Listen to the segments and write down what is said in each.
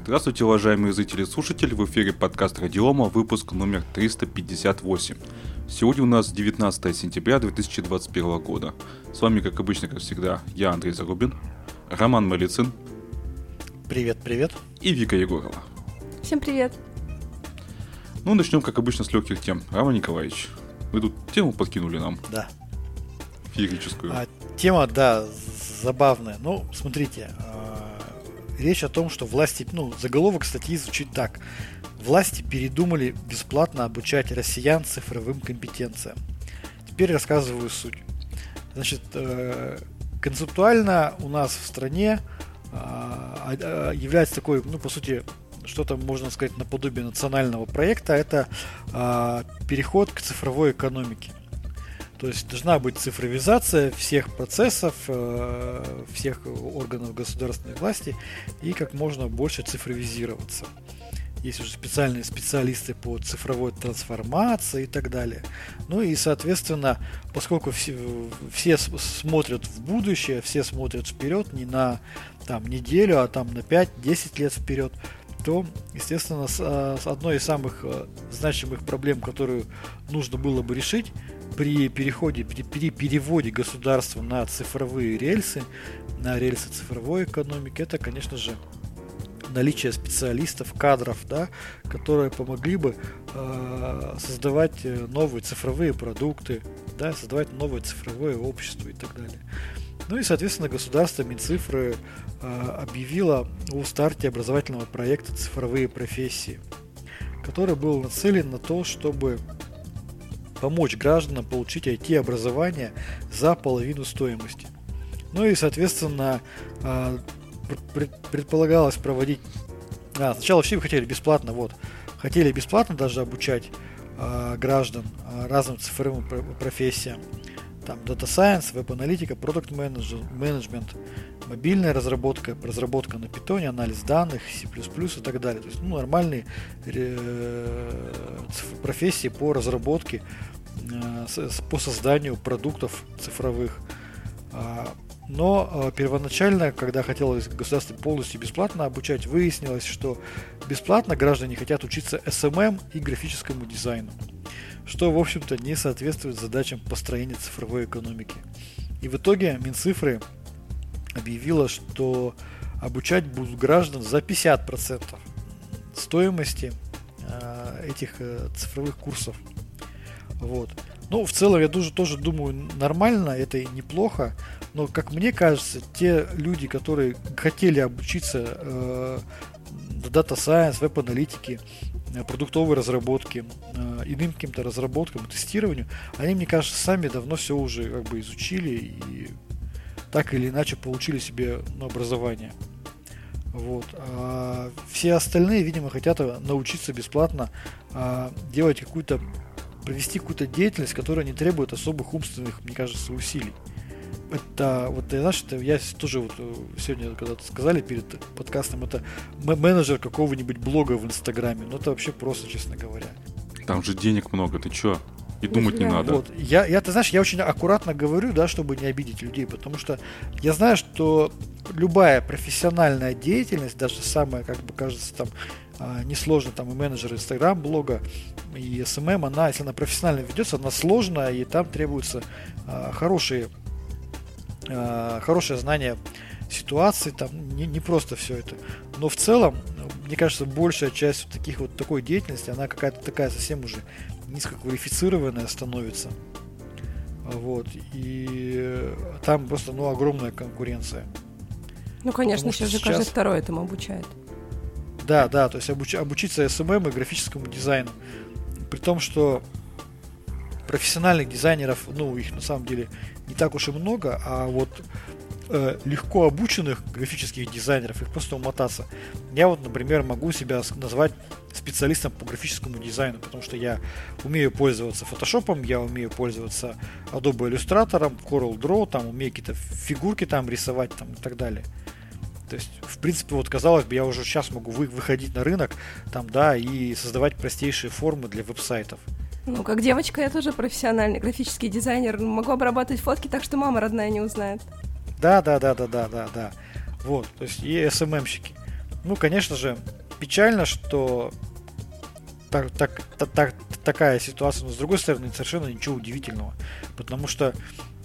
Здравствуйте, уважаемые зрители и слушатели, в эфире подкаст Радиома, выпуск номер 358. Сегодня у нас 19 сентября 2021 года. С вами, как обычно, как всегда, я, Андрей Зарубин, Роман Малицын. Привет. И Вика Егорова. Всем привет. Ну, начнем, как обычно, с легких тем. Роман Николаевич, вы тут тему подкинули нам. Да. Феерическую. Тема, да, забавная. Ну, смотрите, речь о том, что власти, заголовок статьи звучит так. Власти передумали бесплатно обучать россиян цифровым компетенциям. Теперь рассказываю суть. Значит, концептуально у нас в стране является такой, по сути, что-то, можно сказать, наподобие национального проекта, это переход к цифровой экономике. То есть должна быть цифровизация всех процессов, всех органов государственной власти и как можно больше цифровизироваться. Есть уже специальные специалисты по цифровой трансформации и так далее. Ну и, соответственно, поскольку все смотрят в будущее, все смотрят вперед не на неделю, а на 5-10 лет вперед, то, естественно, одной из самых значимых проблем, которую нужно было бы решить при переводе государства на цифровые рельсы, на рельсы цифровой экономики, это, конечно же, наличие специалистов, кадров, да, которые помогли бы создавать новые цифровые продукты, да, создавать новое цифровое общество и так далее. Ну и, соответственно, государство Минцифры объявило о старте образовательного проекта «Цифровые профессии», который был нацелен на то, чтобы помочь гражданам получить IT-образование за половину стоимости. Ну и, соответственно, предполагалось проводить... Сначала вообще хотели бесплатно, хотели бесплатно даже обучать граждан разным цифровым профессиям. Там Data Science, веб-аналитика, Product Management, мобильная разработка на питоне, анализ данных, C++ и так далее. То есть, нормальные профессии по разработке, по созданию продуктов цифровых. Но первоначально, когда хотелось государство полностью бесплатно обучать, выяснилось, что бесплатно граждане хотят учиться SMM и графическому дизайну, что, в общем-то, не соответствует задачам построения цифровой экономики. И в итоге Минцифры объявила, что обучать будут граждан за 50% стоимости этих цифровых курсов. В целом, я тоже думаю, нормально, это и неплохо, но, как мне кажется, те люди, которые хотели обучиться Data Science, веб-аналитике, продуктовой разработке, иным каким-то разработкам, тестированию, они, мне кажется, сами давно все уже изучили и так или иначе получили себе образование. А все остальные, видимо, хотят научиться бесплатно провести какую-то деятельность, которая не требует особых умственных, мне кажется, усилий. Это, я тоже сегодня когда-то сказали перед подкастом, это менеджер какого-нибудь блога в Инстаграме. Это вообще просто, честно говоря. Там же денег много, ты чё? И думать не надо. Я очень аккуратно говорю, да, чтобы не обидеть людей, потому что я знаю, что любая профессиональная деятельность, даже самая, кажется, несложно, и менеджер Инстаграм-блога, и SMM, если она профессионально ведется, она сложная, и там требуется хорошее знание ситуации, не просто все это. Но в целом, мне кажется, большая часть такой деятельности, она какая-то такая совсем уже низкоквалифицированная становится. И там просто, огромная конкуренция. Конечно, сейчас же каждый второй этому обучает. Да, то есть обучиться SMM и графическому дизайну. При том, что профессиональных дизайнеров, их на самом деле не так уж и много, а легко обученных графических дизайнеров, их просто умотаться. Я например, могу себя назвать специалистом по графическому дизайну, потому что я умею пользоваться Photoshop, я умею пользоваться Adobe Illustrator, Corel Draw, умею какие-то фигурки рисовать и так далее. То есть, в принципе, казалось бы, я уже сейчас могу выходить на рынок и создавать простейшие формы для веб-сайтов. Как девочка, я тоже профессиональный графический дизайнер. Могу обрабатывать фотки так, что мама родная не узнает. Да. То есть и SMM-щики. Ну, конечно же, печально, что такая ситуация, но с другой стороны, совершенно ничего удивительного, потому что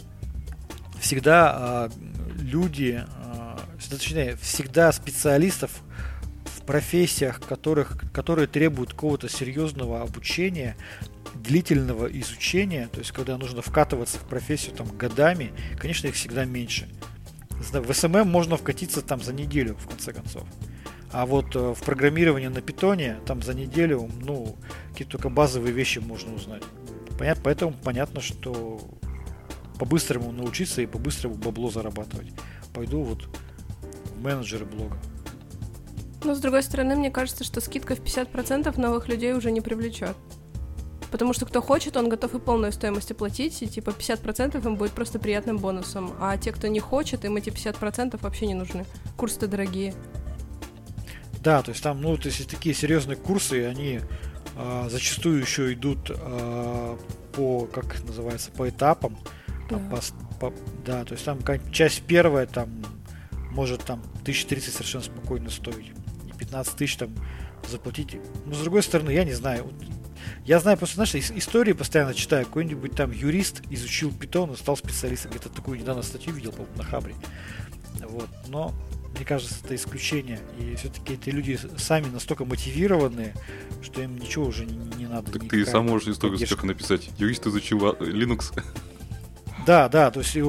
всегда люди, точнее, всегда специалистов в профессиях, которые требуют какого-то серьезного обучения, длительного изучения, то есть когда нужно вкатываться в профессию там годами, конечно, их всегда меньше. В СММ можно вкатиться там за неделю, в конце концов. А вот в программировании на питоне там за неделю, ну, какие-то только базовые вещи можно узнать. Поэтому понятно, что по-быстрому научиться и по-быстрому бабло зарабатывать. Пойду вот в менеджеры блога. Но с другой стороны, мне кажется, что скидка в 50% новых людей уже не привлечет. Потому что кто хочет, он готов и полную стоимость оплатить, и типа 50% им будет просто приятным бонусом. А те, кто не хочет, им эти 50% вообще не нужны. Курсы-то дорогие. Да, то есть там, ну, то есть такие серьезные курсы, они зачастую еще идут по, как это называется, по этапам. Там, да, то есть там часть первая там может там 1030 совершенно спокойно стоить. И 15 тысяч там заплатить. Но с другой стороны, я не знаю. Я знаю, просто, знаешь, истории постоянно читаю. Какой-нибудь там юрист изучил питон и стал специалистом. Где-то такую недавно статью видел, по-моему, на Хабре. Вот. Но мне кажется, это исключение. И все-таки эти люди сами настолько мотивированные, что им ничего уже не надо. Так ты сам можешь историю успеха написать. Юрист изучил Linux. Да, то есть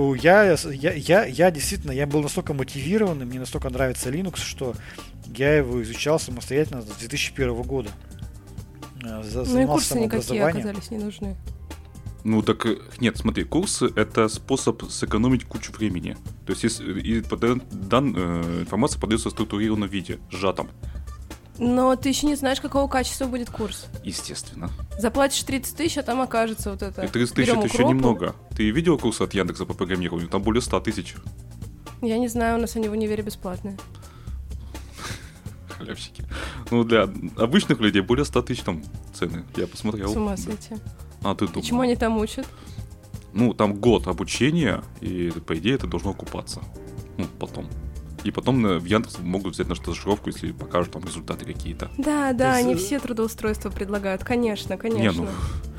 я действительно, я был настолько мотивированный, мне настолько нравится Linux, что я его изучал самостоятельно с 2001 года. Ну и курсы никакие оказались не нужны. Ну так нет, смотри, курсы — это способ сэкономить кучу времени. То есть информация подается в структурированном виде, сжатом. Но ты еще не знаешь, какого качества будет курс. Естественно. Заплатишь 30 тысяч, а там окажется вот это. 30 тысяч — это еще немного. Ты видел курсы от Яндекса по программированию? Там более 100 тысяч. Я не знаю, у нас они в универе бесплатные. Халявщики. Ну, для обычных людей более 100 тысяч там цены. Я посмотрел. С ума сойти. А ты думал? И чему они там учат? Ну, там год обучения, и, по идее, это должно окупаться. Ну, потом. И потом в Яндекс могут взять на стажировку, если покажут там результаты какие-то. Да, они все трудоустройства предлагают. Конечно. Не, ну...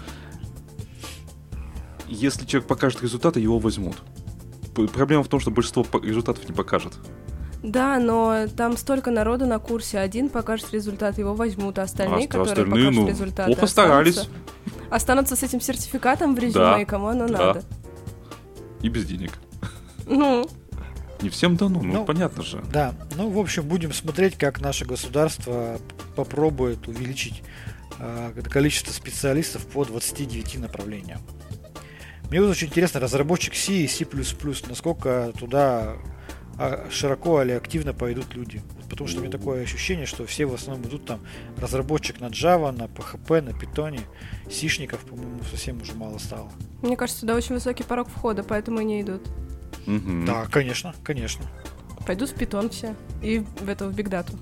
Если человек покажет результаты, его возьмут. Проблема в том, что большинство результатов не покажет. Да, но там столько народу на курсе. Один покажет результат, его возьмут, а остальные, которые покажут результаты, плохо старались. Останутся с этим сертификатом в резюме, и кому оно надо. И без денег. Ну... Не всем дано, ну понятно же. Да, ну в общем будем смотреть, как наше государство попробует увеличить количество специалистов по 29 направлениям. Мне вот очень интересно, разработчик C и C++, насколько туда широко или активно пойдут люди. Потому что у меня такое ощущение, что все в основном идут там разработчик на Java, на PHP, на Python, сишников, по-моему, совсем уже мало стало. Мне кажется, туда очень высокий порог входа, поэтому и не идут. Угу. Да, конечно. Пойдут в Python все и в Big Data.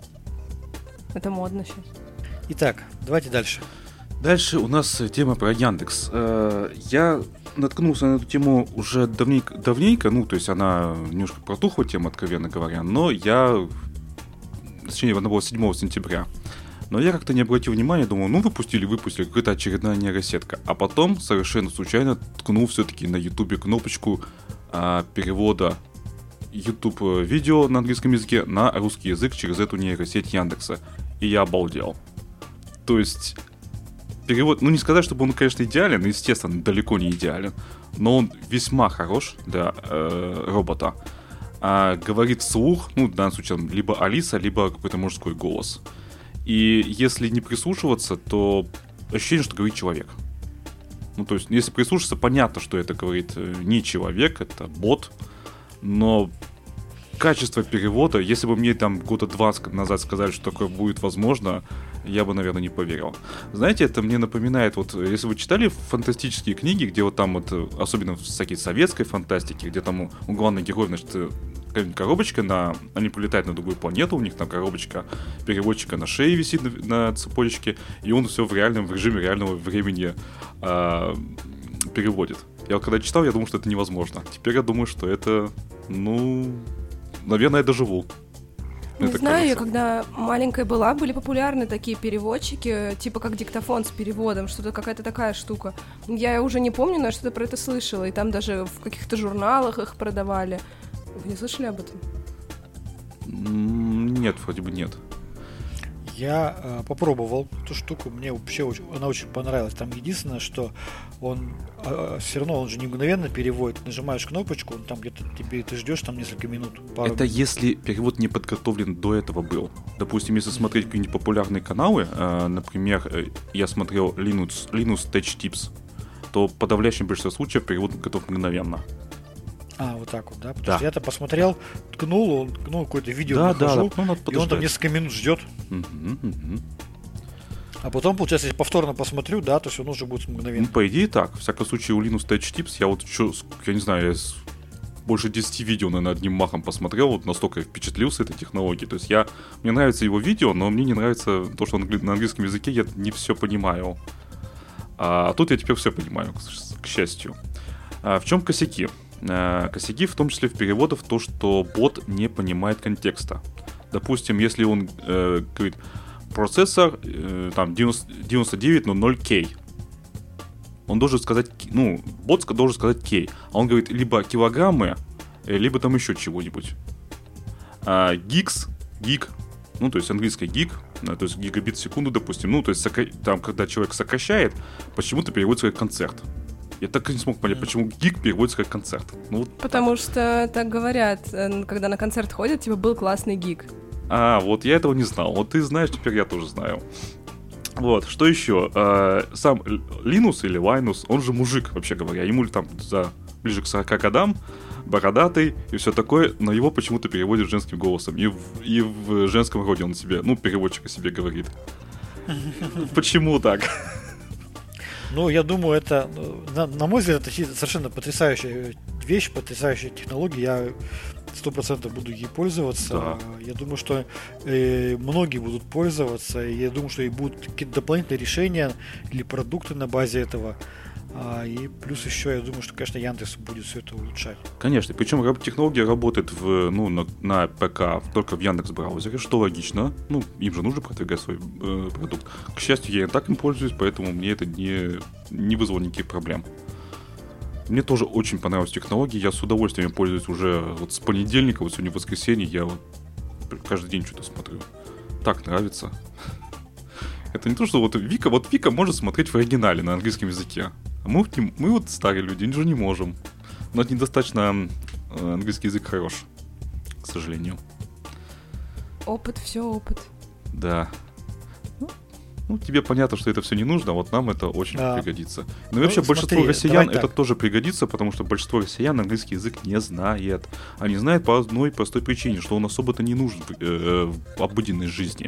Это модно сейчас. Итак, давайте дальше. Дальше у нас тема про Яндекс. Я наткнулся на эту тему уже давненько, ну, то есть она немножко протухла, тема, откровенно говоря, но точнее, она была 7 сентября. Но я как-то не обратил внимания, думал, ну, выпустили, какая-то очередная нейросетка. А потом совершенно случайно ткнул все-таки на YouTube кнопочку перевода YouTube видео на английском языке на русский язык через эту нейросеть Яндекса. И я обалдел. То есть перевод, ну не сказать, чтобы он, конечно, идеален, естественно, далеко не идеален, но он весьма хорош для робота. Говорит вслух, ну в данном случае либо Алиса, либо какой-то мужской голос. И если не прислушиваться, то ощущение, что говорит человек. Ну, то есть, если прислушаться, понятно, что это говорит не человек, это бот, но качество перевода, если бы мне там года 20 назад сказали, что такое будет возможно, я бы, наверное, не поверил. Знаете, это мне напоминает, вот, если вы читали фантастические книги, где вот там вот, особенно в всякой советской фантастике, где там у главных героев, значит, коробочка, они прилетают на другую планету, у них там коробочка переводчика на шее висит на цепочке, и он все в режиме реального времени переводит. Я вот когда читал, я думал, что это невозможно. Теперь я думаю, что это, ну, наверное, я доживу. Не знаю, я когда маленькая была, были популярны такие переводчики, типа как диктофон с переводом, что-то какая-то такая штука. Я уже не помню, но я что-то про это слышала, и там даже в каких-то журналах их продавали. Вы не слышали об этом? Нет, вроде бы нет. Я попробовал эту штуку, мне вообще она очень понравилась. Там единственное, что он все равно он же не мгновенно переводит. Нажимаешь кнопочку, он там где-то ты ждешь там несколько минут. Это минут. Если перевод не подготовлен до этого был. Допустим, если смотреть какие-нибудь популярные каналы, например, я смотрел Linux Tech Tips, то в подавляющем большинстве случаев перевод готов мгновенно. Вот так вот, да? Потому что я-то посмотрел, ткнул какое-то видео нахожу, и он там несколько минут ждет. А потом, получается, если повторно посмотрю, да, то все равно уже будет мгновенно. Ну, по идее так. В всяком случае, у Linux Tech Tips я не знаю, я больше 10 видео, наверное, одним махом посмотрел, вот настолько я впечатлился этой технологией. То есть мне нравится его видео, но мне не нравится то, что на английском языке я не все понимаю. А тут я теперь все понимаю, к счастью. В чем косяки? Косяки, в том числе в переводах, то, что бот не понимает контекста. Допустим, если он говорит процессор там 9900K, он должен сказать, бот должен сказать K, а он говорит либо килограммы, либо там еще чего-нибудь. Гиг, то есть английский гиг, то есть гигабит в секунду, допустим, то есть там, когда человек сокращает, почему-то переводится как концерт. Я так и не смог понять, почему гиг переводится как концерт. Потому что так говорят, когда на концерт ходят, типа был классный гиг. Вот я этого не знал. Вот ты знаешь, теперь я тоже знаю. Вот, что еще? Сам Линус или Лайнус, он же мужик, вообще говоря. Ему там ближе к 40 годам, бородатый и все такое, но его почему-то переводят женским голосом. И в женском роде он себе, переводчик о себе говорит. Почему так? Я думаю, это, на мой взгляд, это совершенно потрясающая вещь, потрясающая технология. Я 100% буду ей пользоваться. Да. Я думаю, что многие будут пользоваться. И я думаю, что и будут какие-то дополнительные решения или продукты на базе этого. И плюс еще, я думаю, что, конечно, Яндекс будет все это улучшать. Конечно, причем технология работает на ПК только в Яндекс.Браузере, что логично. Им же нужно продвигать свой продукт. К счастью, я и так им пользуюсь, поэтому мне это не вызвало никаких проблем. Мне тоже очень понравилась технология, я с удовольствием пользуюсь уже с понедельника, сегодня воскресенье, я каждый день что-то смотрю. Так нравится. Это не то, что Вика может смотреть в оригинале на английском языке. А мы старые люди, уже не можем. У нас недостаточно английский язык хорош, к сожалению. Опыт, все опыт. Да. Тебе понятно, что это все не нужно, а вот нам это очень пригодится. И вообще большинству россиян это тоже пригодится, потому что большинство россиян английский язык не знает. А не знает по одной простой причине, что он особо-то не нужен в обыденной жизни.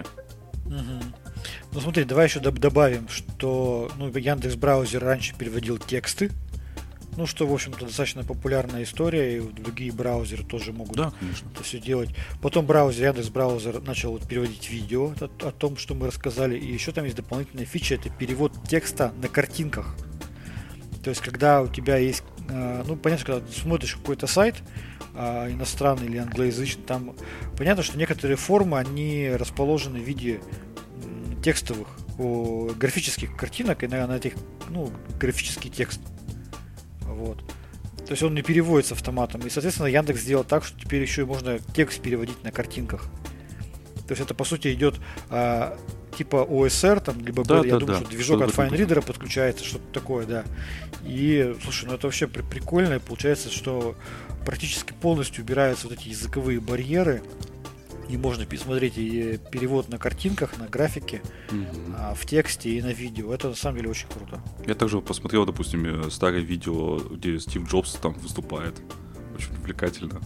Смотри, давай еще добавим, что Яндекс.Браузер раньше переводил тексты, что, в общем-то, достаточно популярная история, и другие браузеры тоже могут это все делать. Потом Яндекс.Браузер начал переводить видео о том, что мы рассказали, и еще там есть дополнительная фича, это перевод текста на картинках. То есть, когда у тебя есть, понятно, когда ты смотришь какой-то сайт, иностранный или англоязычный, там понятно, что некоторые формы, они расположены в виде текстовых, графических картинок, и на этих, графический текст. Вот. То есть он не переводится автоматом. И, соответственно, Яндекс сделал так, что теперь еще и можно текст переводить на картинках. То есть это, по сути, идет типа OSR, там, либо я думаю, что движок от FineReader подключается, что-то такое, да. И, слушай, это вообще прикольно. И получается, что практически полностью убираются вот эти языковые барьеры. И можно посмотреть и перевод на картинках, на графике, в тексте и на видео. Это на самом деле очень круто. Я также посмотрел, допустим, старое видео, где Стив Джобс там выступает. Очень увлекательно.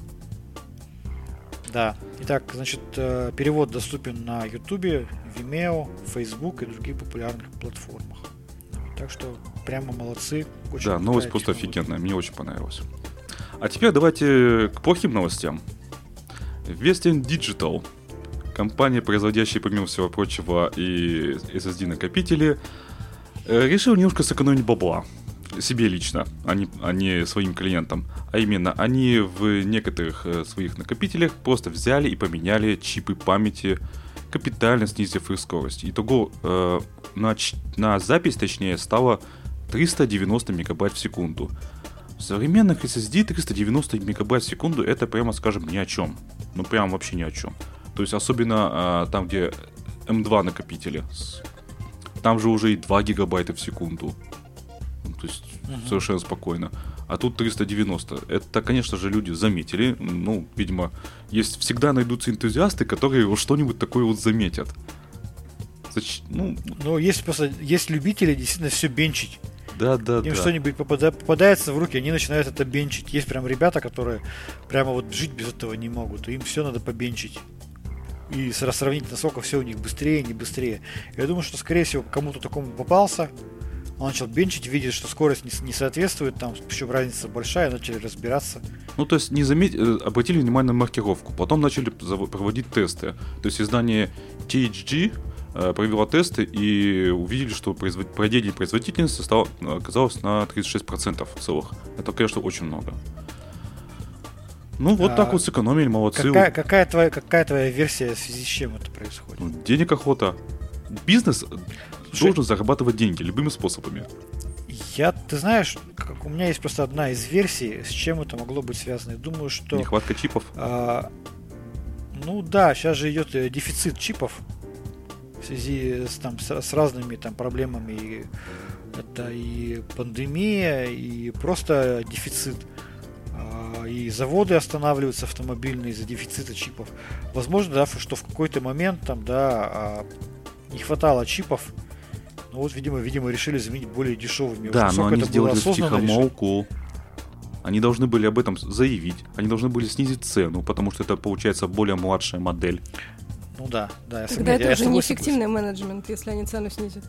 Да. Итак, значит, перевод доступен на YouTube, Vimeo, Facebook и других популярных платформах. Так что прямо молодцы. Очень новость просто офигенная. Мне очень понравилась. А теперь давайте к плохим новостям. Western Digital, компания, производящая, помимо всего прочего, и SSD-накопители, решила немножко сэкономить бабла. себе лично, а не своим клиентам. А именно, они в некоторых своих накопителях просто взяли и поменяли чипы памяти, капитально снизив их скорость. Итого на запись, точнее, стало 390 мегабайт в секунду. В современных SSD 390 мегабайт в секунду — это, прямо скажем, ни о чем. Ну, прям вообще ни о чем. То есть, особенно там, где M2 накопители. Там же уже и 2 гигабайта в секунду. То есть, совершенно спокойно. А тут 390. Это, конечно же, люди заметили. Ну, видимо, всегда найдутся энтузиасты, которые вот что-нибудь такое вот заметят. Ну, есть любители действительно все бенчить. Да. Им что-нибудь попадается в руки, они начинают это бенчить. Есть прям ребята, которые прямо вот жить без этого не могут. И им все надо побенчить. И сравнить, насколько все у них быстрее, не быстрее. Я думаю, что, скорее всего, кому-то такому попался. Он начал бенчить, видит, что скорость не соответствует, там, причем разница большая, начали разбираться. Ну, то есть, обратили внимание на маркировку, потом начали проводить тесты. То есть, издание THG провело тесты и увидели, что падение производительности оказалось на 36% целых. Это, конечно, очень много. Ну, вот так вот сэкономили, молодцы. Какая твоя версия, в связи с чем это происходит? Ну, денег охота. Бизнес должен зарабатывать деньги любыми способами. Ты знаешь, у меня есть просто одна из версий, с чем это могло быть связано. Я думаю, что... Нехватка чипов? Ну да, сейчас же идет дефицит чипов в связи с разными там проблемами. Это и пандемия, и просто дефицит. И заводы останавливаются автомобильные из-за дефицита чипов. Возможно, да, что в какой-то момент там, да, не хватало чипов. Ну вот, видимо, решили заменить более дешевыми. Да, но они сделали втихомолку. Они должны были об этом заявить. Они должны были снизить цену, потому что это, получается, более младшая модель. Ну да. Тогда это уже неэффективный менеджмент, если они цену снизят.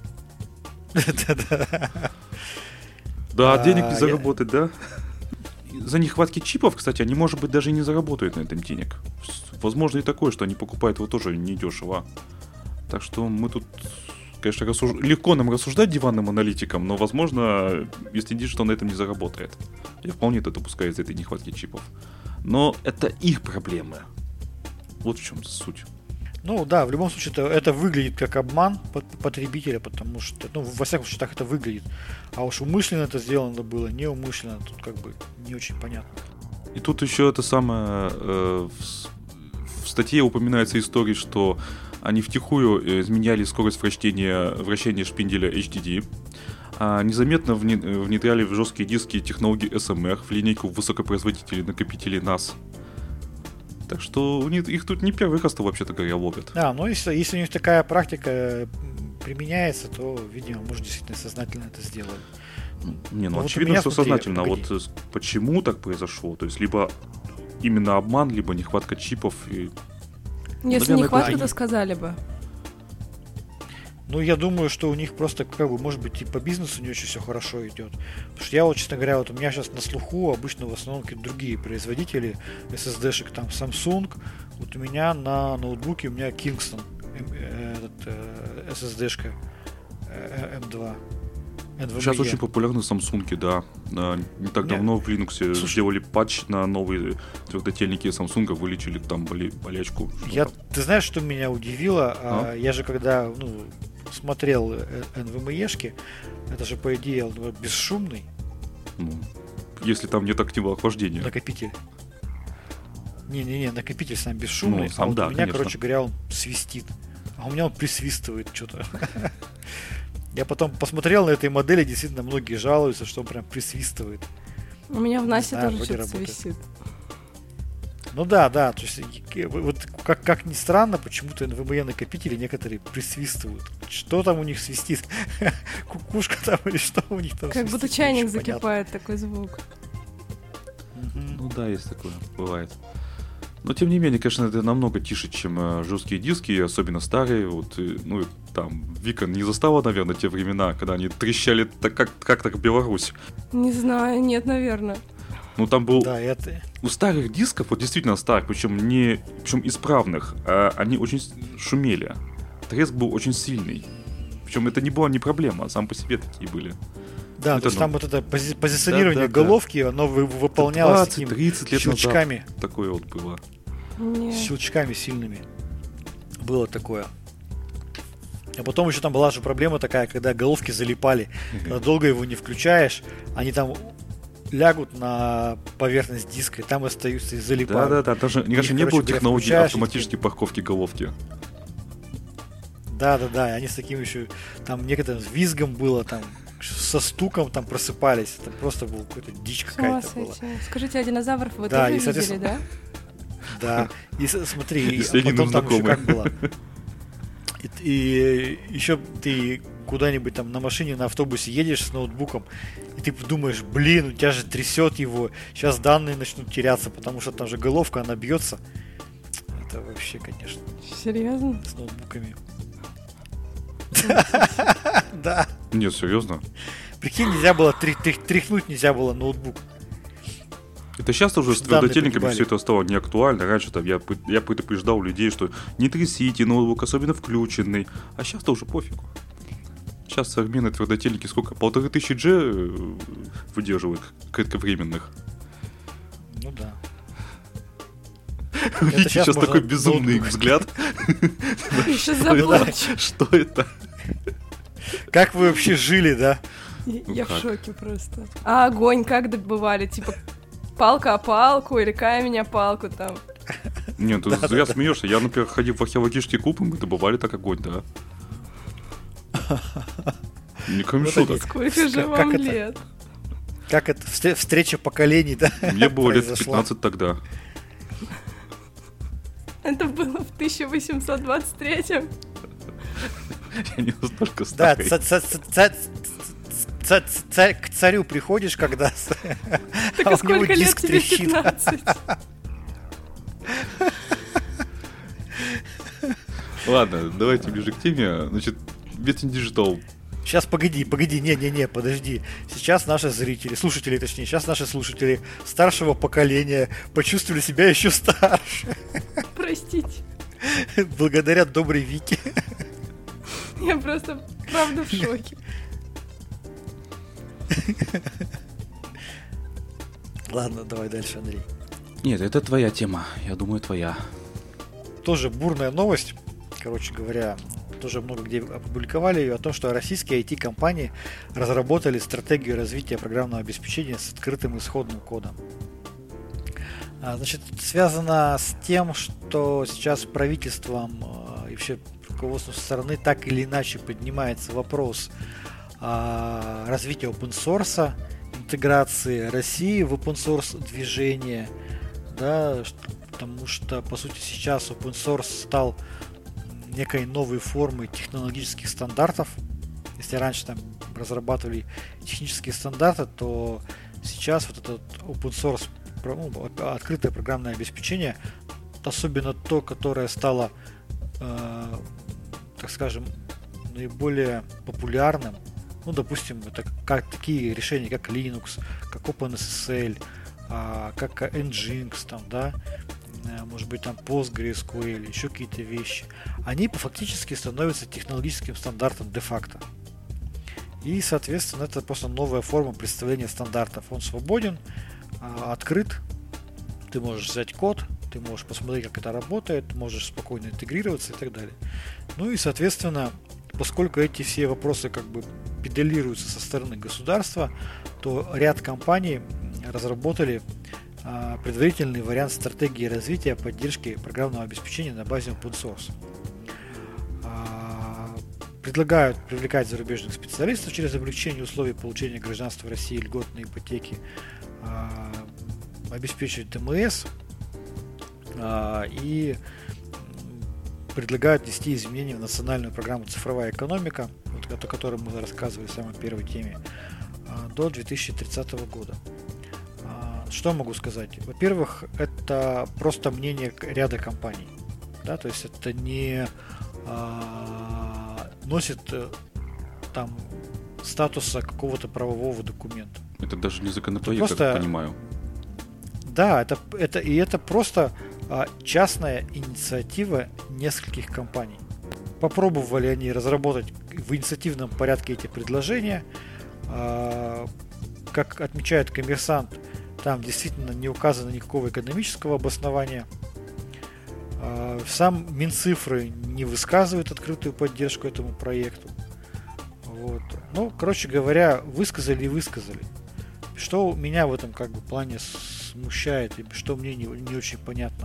Да, денег не заработать, да? За нехватки чипов, кстати, они, может быть, даже и не заработают на этом денег. Возможно и такое, что они покупают его тоже недешево. Так что мы тут, конечно, легко нам рассуждать диванным аналитикам, но, возможно, если Digital, что он на этом не заработает. Я вполне это допускаю из-за этой нехватки чипов. Но это их проблемы. Вот в чем суть. Ну да, в любом случае это выглядит как обман потребителя, потому что, ну, во всяком случае, так это выглядит. А уж умышленно это сделано было, неумышленно, тут как бы не очень понятно. И тут еще это самое, в статье упоминается история, что они втихую изменяли скорость вращения шпинделя HDD, а незаметно внедряли в жесткие диски технологии SMR в линейку высокопроизводителей накопителей NAS. Так что их тут не первый раз-то, вообще-то говоря, ловят. Да, но если у них такая практика применяется, то, видимо, может, действительно сознательно это сделали. Не, ну очевидно, что сознательно. Вот почему так произошло? То есть, либо именно обман, либо нехватка чипов. Если нехватка, то сказали бы. Ну, я думаю, что у них просто, как бы, может быть, и по бизнесу не очень все хорошо идет. Потому что я вот, честно говоря, вот у меня сейчас на слуху обычно в основном какие-то другие производители SSD-шек, там Samsung. Вот у меня на ноутбуке у меня Kingston SSD-шка M2. Сейчас очень популярны Samsung, да. Не так давно в Linux сделали патч на новые твердотельники Samsung, вылечили там болячку. Ты знаешь, что меня удивило? Я же когда смотрел NVMe-шки, это же, по идее, он бесшумный. Ну, если там нет активного охлаждения. Накопитель. Не, накопитель сам бесшумный, сам, вот да, у меня, конечно. короче говоря, он свистит. А у меня он присвистывает что-то. Я потом посмотрел на этой модели, действительно, многие жалуются, что он прям присвистывает. У меня в NAS тоже что-то свистит. Ну да, то есть, вот как ни странно, почему-то NVMe накопители некоторые присвистывают. Что там у них свистит? Кукушка там или что у них там как свистит? Будто чайник закипает, такой звук. Ну да, есть такое, бывает. Но тем не менее, конечно, это намного тише, чем жесткие диски, особенно старые. Вот, ну, там, Вика не застала, наверное, те времена, когда они трещали как так Беларусь. Не знаю, нет, наверное. Ну, там был... Да, это... У старых дисков, вот действительно старых, причем исправных, они очень шумели. Треск был очень сильный. Причем это не была не проблема, а сам по себе такие были. Да, то есть там вот это позиционирование головки, оно выполнялось такими 20-30 лет щелчками. назад такое вот было. Нет. Щелчками сильными. Было такое. А потом еще там была же проблема такая, когда головки залипали. Долго его не включаешь, они там лягут на поверхность диска, и там остаются и залипают. Да. Даже, мне кажется, не было технологии автоматической парковки головки. Да. И они с таким еще, там некоторым визгом было, там со стуком там просыпались. Это просто была какая-то дичь какая-то была. Скажите, а динозавров вы да, тоже видели, да? Да. И смотри, если а потом там еще знакомые. как было. И еще ты куда-нибудь там на машине, на автобусе едешь с ноутбуком, и ты думаешь, блин, у тебя же трясет его, сейчас данные начнут теряться, потому что там же головка, она бьется. Это вообще, конечно. Серьезно? С ноутбуками. Да. Нет, серьезно. Прикинь, нельзя было тряхнуть, нельзя было ноутбук. Это сейчас уже с твердотельниками все это стало не актуально. Раньше там я предупреждал людей, что не трясите ноутбук, особенно включенный. А сейчас-то уже пофигу. Сейчас современные твердотельники сколько? 1500G выдерживают кратковременных. Ну да. Видите, сейчас такой безумный взгляд. Еще заплачу. Что это? Как вы вообще жили, да? Я в шоке просто. А огонь как добывали? Типа палка о палку или камень о палку там? Нет, ты зря смеешься. Я, например, ходил в археологический клуб, и мы добывали так огонь, да. Не кроме шуток. Сколько же вам лет? Как это? Встреча поколений, да? Мне было лет 15 тогда. Это было в 1823-м. Я не настолько старый. Да, к царю приходишь, когда... Так а сколько лет тебе? 15? Ладно, давайте ближе к теме. Значит, Ветин Digital. Сейчас, погоди, подожди. Сейчас наши зрители, слушатели точнее, сейчас наши слушатели старшего поколения почувствовали себя еще старше. Простите. Благодаря доброй Вике. Я просто, правда, в шоке. Ладно, давай дальше, Андрей. Нет, это твоя тема. Я думаю, твоя. Тоже бурная новость. Короче говоря, тоже много где опубликовали ее о том, что российские IT-компании разработали стратегию развития программного обеспечения с открытым исходным кодом. Значит, связано с тем, что сейчас правительством и вообще руководством страны так или иначе поднимается вопрос развития open source, интеграции России в open source движение, да, потому что, по сути, сейчас open source стал некой новой формой технологических стандартов. Если раньше там разрабатывали технические стандарты, то сейчас вот этот open source, открытое программное обеспечение, особенно то, которое стало, так скажем, наиболее популярным, ну, допустим, это как такие решения, как Linux, как OpenSSL, как Nginx, там, да, может быть, там PostgreSQL, еще какие-то вещи, они фактически становятся технологическим стандартом де-факто. И, соответственно, это просто новая форма представления стандартов. Он свободен, открыт, ты можешь взять код, ты можешь посмотреть, как это работает, можешь спокойно интегрироваться и так далее. Ну и, соответственно, поскольку эти все вопросы как бы педалируются со стороны государства, то ряд компаний разработали предварительный вариант стратегии развития поддержки программного обеспечения на базе open source. Предлагают привлекать зарубежных специалистов через облегчение условий получения гражданства России, льготные ипотеки, обеспечивать ТМС и предлагают внести изменения в национальную программу «Цифровая экономика», вот, о которой мы рассказывали в самой первой теме, до 2030 года. Что могу сказать? Во-первых, это просто мнение ряда компаний. Да? То есть это не носит там статуса какого-то правового документа. Это даже не законопроект, просто, как я понимаю. Да, это просто частная инициатива нескольких компаний. Попробовали они разработать в инициативном порядке эти предложения, Как отмечает Коммерсант, там действительно не указано никакого экономического обоснования. Сам Минцифры не высказывает открытую поддержку этому проекту. Вот. Ну, короче говоря, высказали и высказали. Что меня в этом плане смущает, и что мне не очень понятно.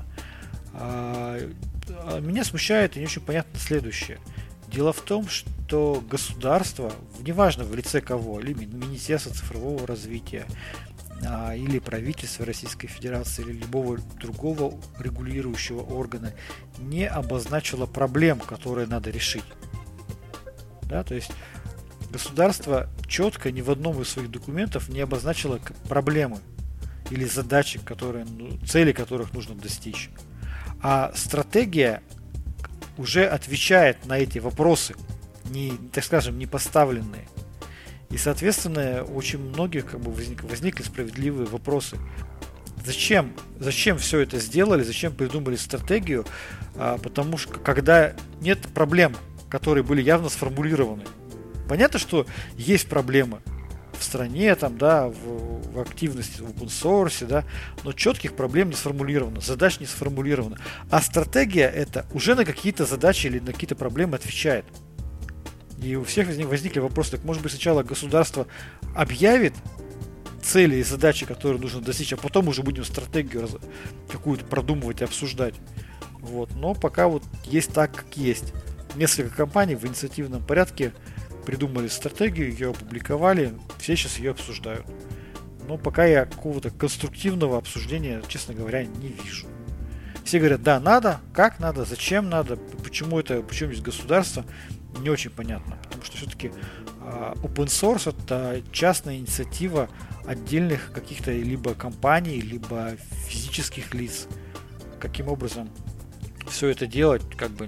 Меня смущает и не очень понятно следующее. Дело в том, что государство, неважно в лице кого, или Министерство цифрового развития, или правительство Российской Федерации, или любого другого регулирующего органа, не обозначило проблем, которые надо решить. Да, то есть государство четко ни в одном из своих документов не обозначило проблемы или задачи, цели которых нужно достичь. А стратегия уже отвечает на эти вопросы, так скажем, не поставленные. И, соответственно, очень многих возникли справедливые вопросы. Зачем все это сделали, зачем придумали стратегию? Потому что когда нет проблем, которые были явно сформулированы. Понятно, что есть проблемы в стране, в активности, в open source, но четких проблем не сформулировано, задач не сформулировано. А стратегия это уже на какие-то задачи или на какие-то проблемы отвечает. И у всех возникли вопросы, так может быть сначала государство объявит цели и задачи, которые нужно достичь, а потом уже будем стратегию какую-то продумывать и обсуждать. Вот. Но пока есть так, как есть. Несколько компаний в инициативном порядке придумали стратегию, ее опубликовали, все сейчас ее обсуждают. Но пока я какого-то конструктивного обсуждения, честно говоря, не вижу. Все говорят, да, надо, как надо, зачем надо, почему здесь государство, не очень понятно. Потому что все-таки open source это частная инициатива отдельных каких-то либо компаний, либо физических лиц. Каким образом все это делать,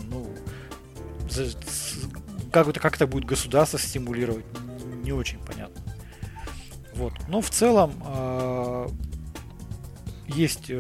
как это будет государство стимулировать, не очень понятно. Вот. Но в целом есть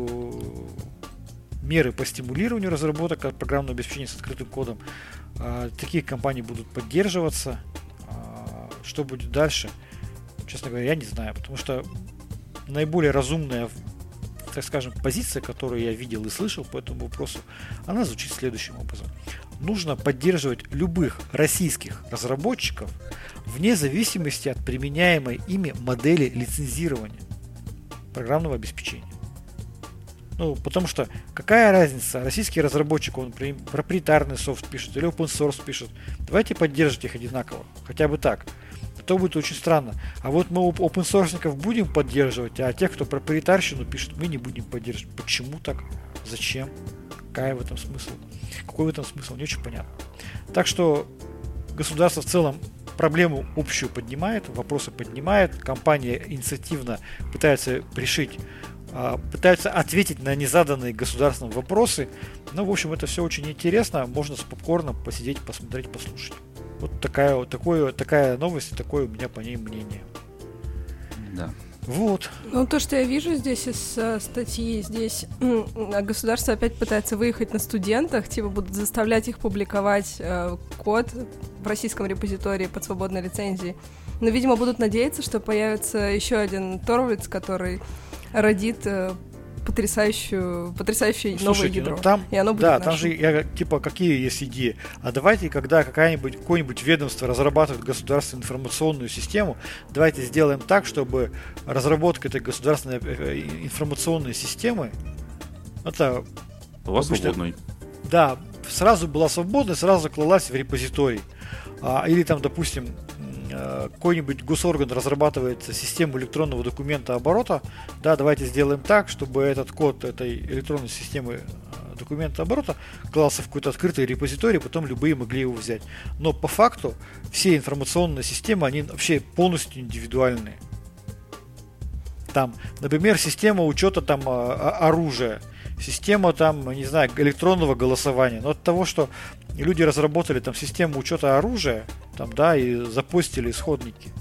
меры по стимулированию разработок программного обеспечения с открытым кодом. Такие компании будут поддерживаться. Что будет дальше? Честно говоря, я не знаю, потому что наиболее разумная, так скажем, позиция, которую я видел и слышал по этому вопросу, она звучит следующим образом. Нужно поддерживать любых российских разработчиков вне зависимости от применяемой ими модели лицензирования программного обеспечения. Потому что какая разница, российский разработчик, он проприетарный софт пишет или open source пишет, давайте поддерживать их одинаково, хотя бы так. А то будет очень странно. А вот мы open sourceников будем поддерживать, а тех, кто проприетарщину пишет, мы не будем поддерживать. Почему так? Зачем? Какой в этом смысл? Не очень понятно. Так что государство в целом проблему общую поднимает, вопросы поднимает, компания инициативно пытается пытаются ответить на незаданные государственным вопросы. В общем, это все очень интересно. Можно с попкорном посидеть, посмотреть, послушать. Вот такая новость, и такое у меня по ней мнение. Да. Вот. То, что я вижу здесь из статьи, здесь государство опять пытается выехать на студентах, будут заставлять их публиковать код в российском репозитории под свободной лицензией. Но, видимо, будут надеяться, что появится еще один Торвальдс, который родит потрясающее новое ядро. И оно будет там же какие есть идеи. А давайте, когда какое-нибудь ведомство разрабатывает государственную информационную систему, давайте сделаем так, чтобы разработка этой государственной информационной системы была свободной. Да, сразу была свободной, сразу клалась в репозиторий. Или допустим, какой-нибудь госорган разрабатывает систему электронного документа оборота, давайте сделаем так, чтобы этот код этой электронной системы документа оборота клался в какой-то открытый репозиторий, потом любые могли его взять. Но по факту все информационные системы, они вообще полностью индивидуальные. Например, система учета оружия, система электронного голосования. Но от того, что люди разработали систему учета оружия, и запостили исходники,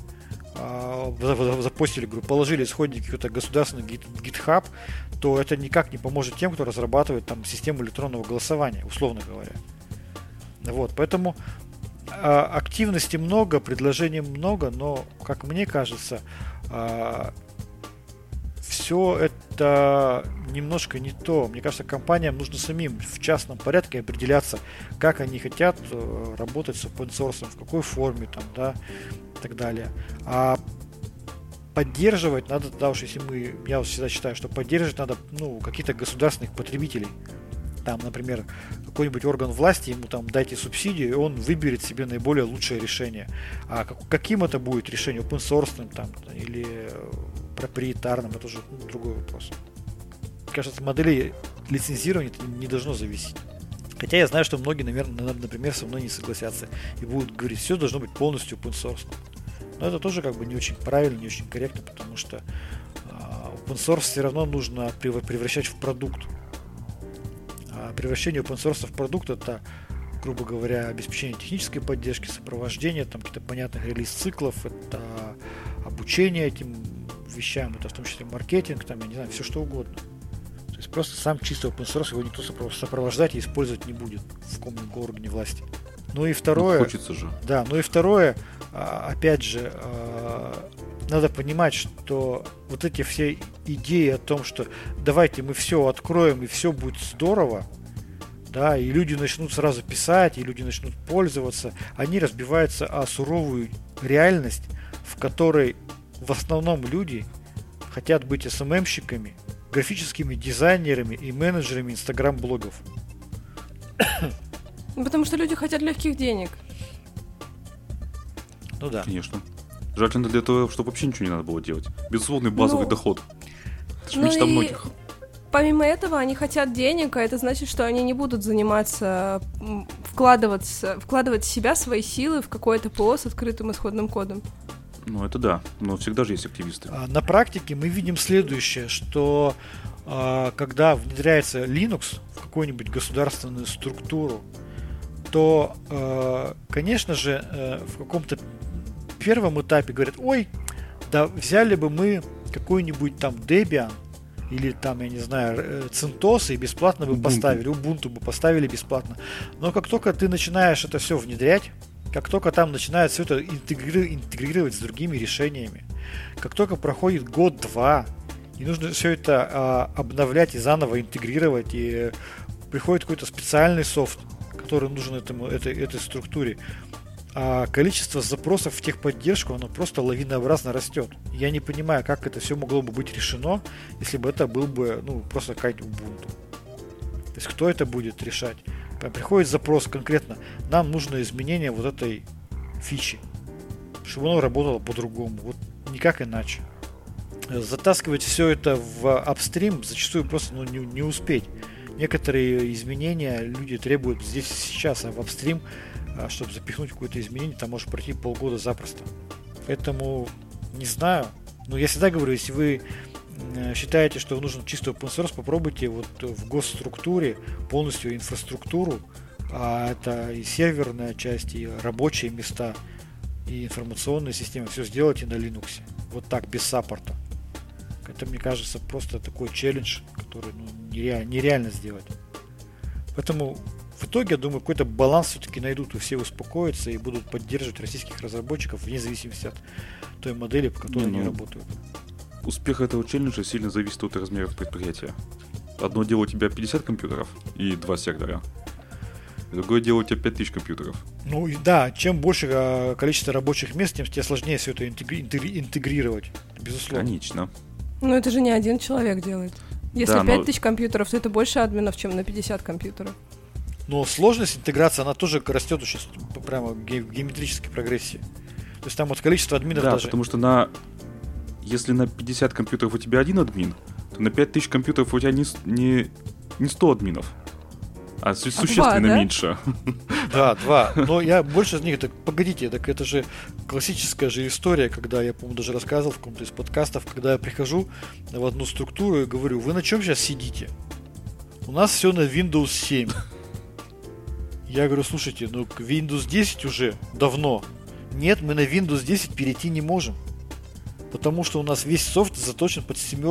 положили исходники в какой-то государственный GitHub, то это никак не поможет тем, кто разрабатывает систему электронного голосования, условно говоря. Поэтому активности много, предложений много, но, как мне кажется, все это немножко не то. Мне кажется, компаниям нужно самим в частном порядке определяться, как они хотят работать с open source, в какой форме, там, да, и так далее. А поддерживать надо, да уж, я всегда считаю, что поддерживать надо, каких-то государственных потребителей. Там, например, какой-нибудь орган власти, ему там дайте субсидию, и он выберет себе наиболее лучшее решение. А каким это будет решение? Open source там, или проприетарным? Это уже другой вопрос. Мне кажется, от модели лицензирования это не должно зависеть. Хотя я знаю, что многие, наверное, например, со мной не согласятся и будут говорить, все должно быть полностью open source. Но это тоже как бы не очень правильно, не очень корректно, потому что open source все равно нужно превращать в продукт. А превращение open source в продукт — это, грубо говоря, обеспечение технической поддержки, сопровождение, там каких-то понятных релиз-циклов, это обучение этим вещам, это в том числе маркетинг, там, я не знаю, все что угодно. То есть просто сам чистый open source его никто сопровождать и использовать не будет в каком-либо органе власти. Ну и второе... хочется же. Да, ну и второе, опять же, надо понимать, что вот эти все идеи о том, что давайте мы все откроем и все будет здорово, да, и люди начнут сразу писать, и люди начнут пользоваться, они разбиваются о суровую реальность, в которой в основном люди хотят быть СММщиками, графическими дизайнерами и менеджерами инстаграм-блогов. Потому что люди хотят легких денег. Ну да. Конечно. Желательно для того, чтобы вообще ничего не надо было делать. Безусловный базовый доход. Это же мечта многих. Помимо этого, они хотят денег, а это значит, что они не будут заниматься, вкладывать себя, свои силы в какое-то ПО с открытым исходным кодом. Ну, это да, но всегда же есть активисты. На практике мы видим следующее, что когда внедряется Linux в какую-нибудь государственную структуру, то, конечно же, в каком-то первом этапе говорят, ой, да взяли бы мы какой-нибудь там Debian или там, я не знаю, CentOS и бесплатно бы поставили, Ubuntu бы поставили бесплатно. Но как только ты начинаешь это все внедрять, как только там начинают все это интегрировать с другими решениями, как только проходит год-два, и нужно все это обновлять и заново интегрировать, и приходит какой-то специальный софт, который нужен этой структуре, а количество запросов в техподдержку, оно просто лавинообразно растет. Я не понимаю, как это все могло бы быть решено, если бы это был бы, просто какая-нибудь Ubuntu. То есть кто это будет решать? Приходит запрос конкретно, нам нужно изменение вот этой фичи, чтобы оно работало по-другому, вот никак иначе. Затаскивать все это в апстрим зачастую просто не успеть. Некоторые изменения люди требуют здесь и сейчас, а в апстрим, чтобы запихнуть какое-то изменение, там может пройти полгода запросто. Поэтому не знаю. Но я всегда говорю, если вы считаете, что нужен чистый open source, попробуйте вот в госструктуре полностью инфраструктуру, а это и серверная часть, и рабочие места, и информационная система, все сделайте на Linux. Вот так, без саппорта. Это, мне кажется, просто такой челлендж, который нереально сделать. Поэтому в итоге, я думаю, какой-то баланс все-таки найдут, и все успокоятся и будут поддерживать российских разработчиков вне зависимости от той модели, по которой они работают. Успех этого челленджа сильно зависит от размеров предприятия. Одно дело у тебя 50 компьютеров и 2 сервера. Другое дело у тебя 5000 компьютеров. Ну да, чем больше количество рабочих мест, тем тебе сложнее все это интегрировать, безусловно. Конечно. Но это же не один человек делает. Если 5000 компьютеров, то это больше админов, чем на 50 компьютеров. Но сложность интеграции, она тоже растет очень прямо в геометрической прогрессии. То есть там вот количество админов даже... Да, потому что если на 50 компьютеров у тебя один админ, то на 5000 компьютеров у тебя не 100 админов, а существенно 2, да? Меньше. Да, 2. Но я больше из них... Погодите, так это же классическая же история, когда я, по-моему, даже рассказывал в каком-то из подкастов, когда я прихожу в одну структуру и говорю, вы на чем сейчас сидите? У нас все на Windows 7. Я говорю, слушайте, к Windows 10 уже давно. Нет, мы на Windows 10 перейти не можем. Потому что у нас весь софт заточен под 7.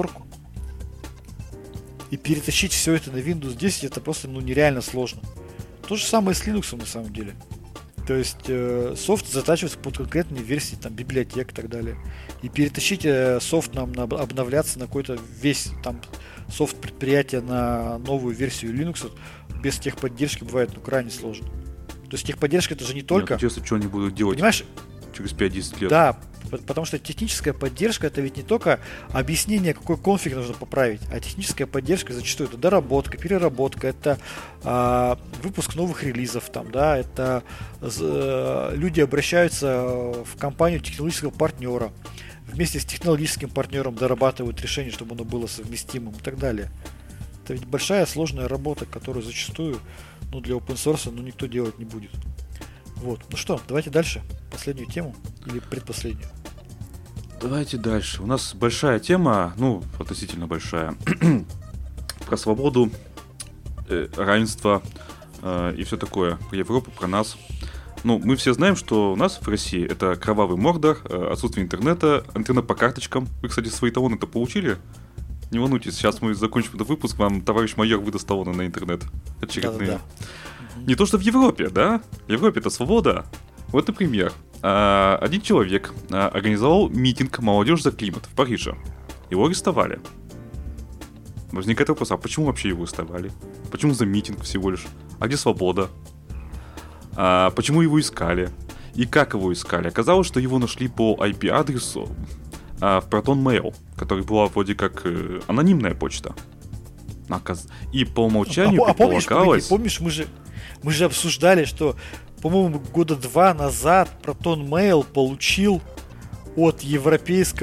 И перетащить все это на Windows 10 это просто нереально сложно. То же самое с Linux на самом деле. То есть софт затачивается под конкретные версии там, библиотек и так далее. И перетащить софт нам обновляться на какой-то весь там софт предприятия на новую версию Linux без техподдержки бывает крайне сложно. То есть техподдержка это же не только... Нет, интересно, что они будут делать, понимаешь, через 5-10 лет. Да, потому что техническая поддержка это ведь не только объяснение, какой конфиг нужно поправить, а техническая поддержка зачастую это доработка, переработка, это выпуск новых релизов, там, да, это люди обращаются в компанию технологического партнера, вместе с технологическим партнером дорабатывают решение, чтобы оно было совместимым и так далее. Это ведь большая сложная работа, которую зачастую для open source никто делать не будет. Вот. Ну что, давайте дальше. Последнюю тему или предпоследнюю? Давайте дальше. У нас большая тема, относительно большая, про свободу, равенство и все такое, про Европу, про нас. Мы все знаем, что у нас в России это кровавый Мордор, отсутствие интернета, антенна по карточкам. Вы, кстати, свои талоны-то получили? Не волнуйтесь, сейчас мы закончим этот выпуск, вам товарищ майор выдаст талоны на интернет. Очередные. Да. Не то, что в Европе, да? В Европе это свобода. Вот, например, один человек организовал митинг «Молодежь за климат» в Париже. Его арестовали. Возникает вопрос, а почему вообще его арестовали? Почему за митинг всего лишь? А где свобода? Почему его искали? И как его искали? Оказалось, что его нашли по IP-адресу в Proton Mail, который была вроде как анонимная почта. И по умолчанию предполагалось... Помнишь, мы же обсуждали, что, по-моему, года 2 назад Proton Mail получил от европейских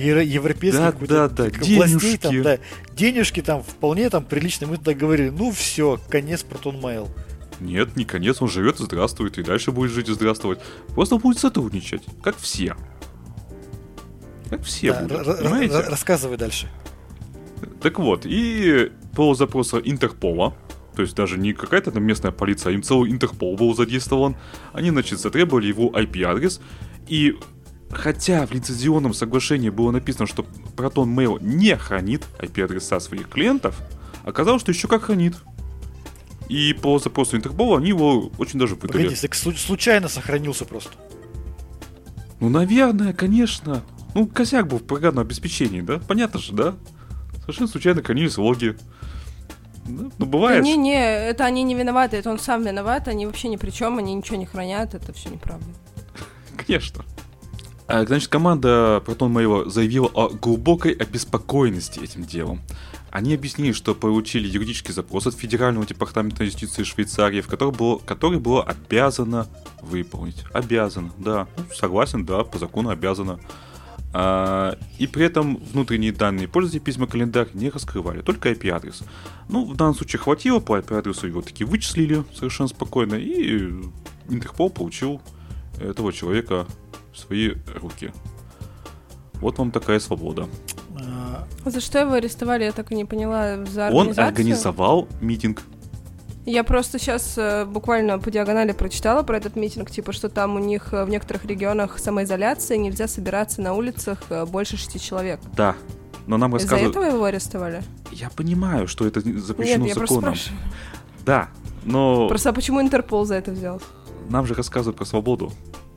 властей там, денежки там вполне там прилично. Мы тогда говорили, все, конец Proton Mail. Нет, не конец, он живет и здравствует, и дальше будет жить и здравствовать. Просто будет сотрудничать, как все. Как все будут, понимаете? Рассказывай дальше. Так вот, и по запросу Интерпола, то есть даже не какая-то там местная полиция, а им целый Интерпол был задействован, они, затребовали его IP-адрес, и хотя в лицензионном соглашении было написано, что Proton Mail не хранит IP-адреса своих клиентов, оказалось, что еще как хранит. И по запросу Интерпола они его очень даже выдали. Погоди, так случайно сохранился просто. Наверное, конечно. Косяк был в программном обеспечении, да? Понятно же, да? Совершенно случайно хранились логи. Бывает. Не, это они не виноваты, это он сам виноват, они вообще ни при чем, они ничего не хранят, это все неправда. Конечно. Команда Proton Mail заявила о глубокой обеспокоенности этим делом. Они объяснили, что получили юридический запрос от Федерального департамента юстиции Швейцарии, который было обязано выполнить. Обязано, да. Согласен, да, по закону обязано. И при этом внутренние данные пользователя письма-календарь не раскрывали, только IP-адрес. В данном случае хватило, по IP-адресу его таки вычислили совершенно спокойно, и Интерпол получил этого человека в свои руки. Вот вам такая свобода. За что его арестовали, я так и не поняла. За организацию? Он организовал митинг. Я просто сейчас буквально по диагонали прочитала про этот митинг, что там у них в некоторых регионах самоизоляция, нельзя собираться на улицах больше 6 человек. Да, но нам рассказывают... Из-за этого его арестовали? Я понимаю, что это запрещено Нет, законом. Я просто спрашиваю. Да, но... Просто почему Интерпол за это взялся? Нам же рассказывают про свободу.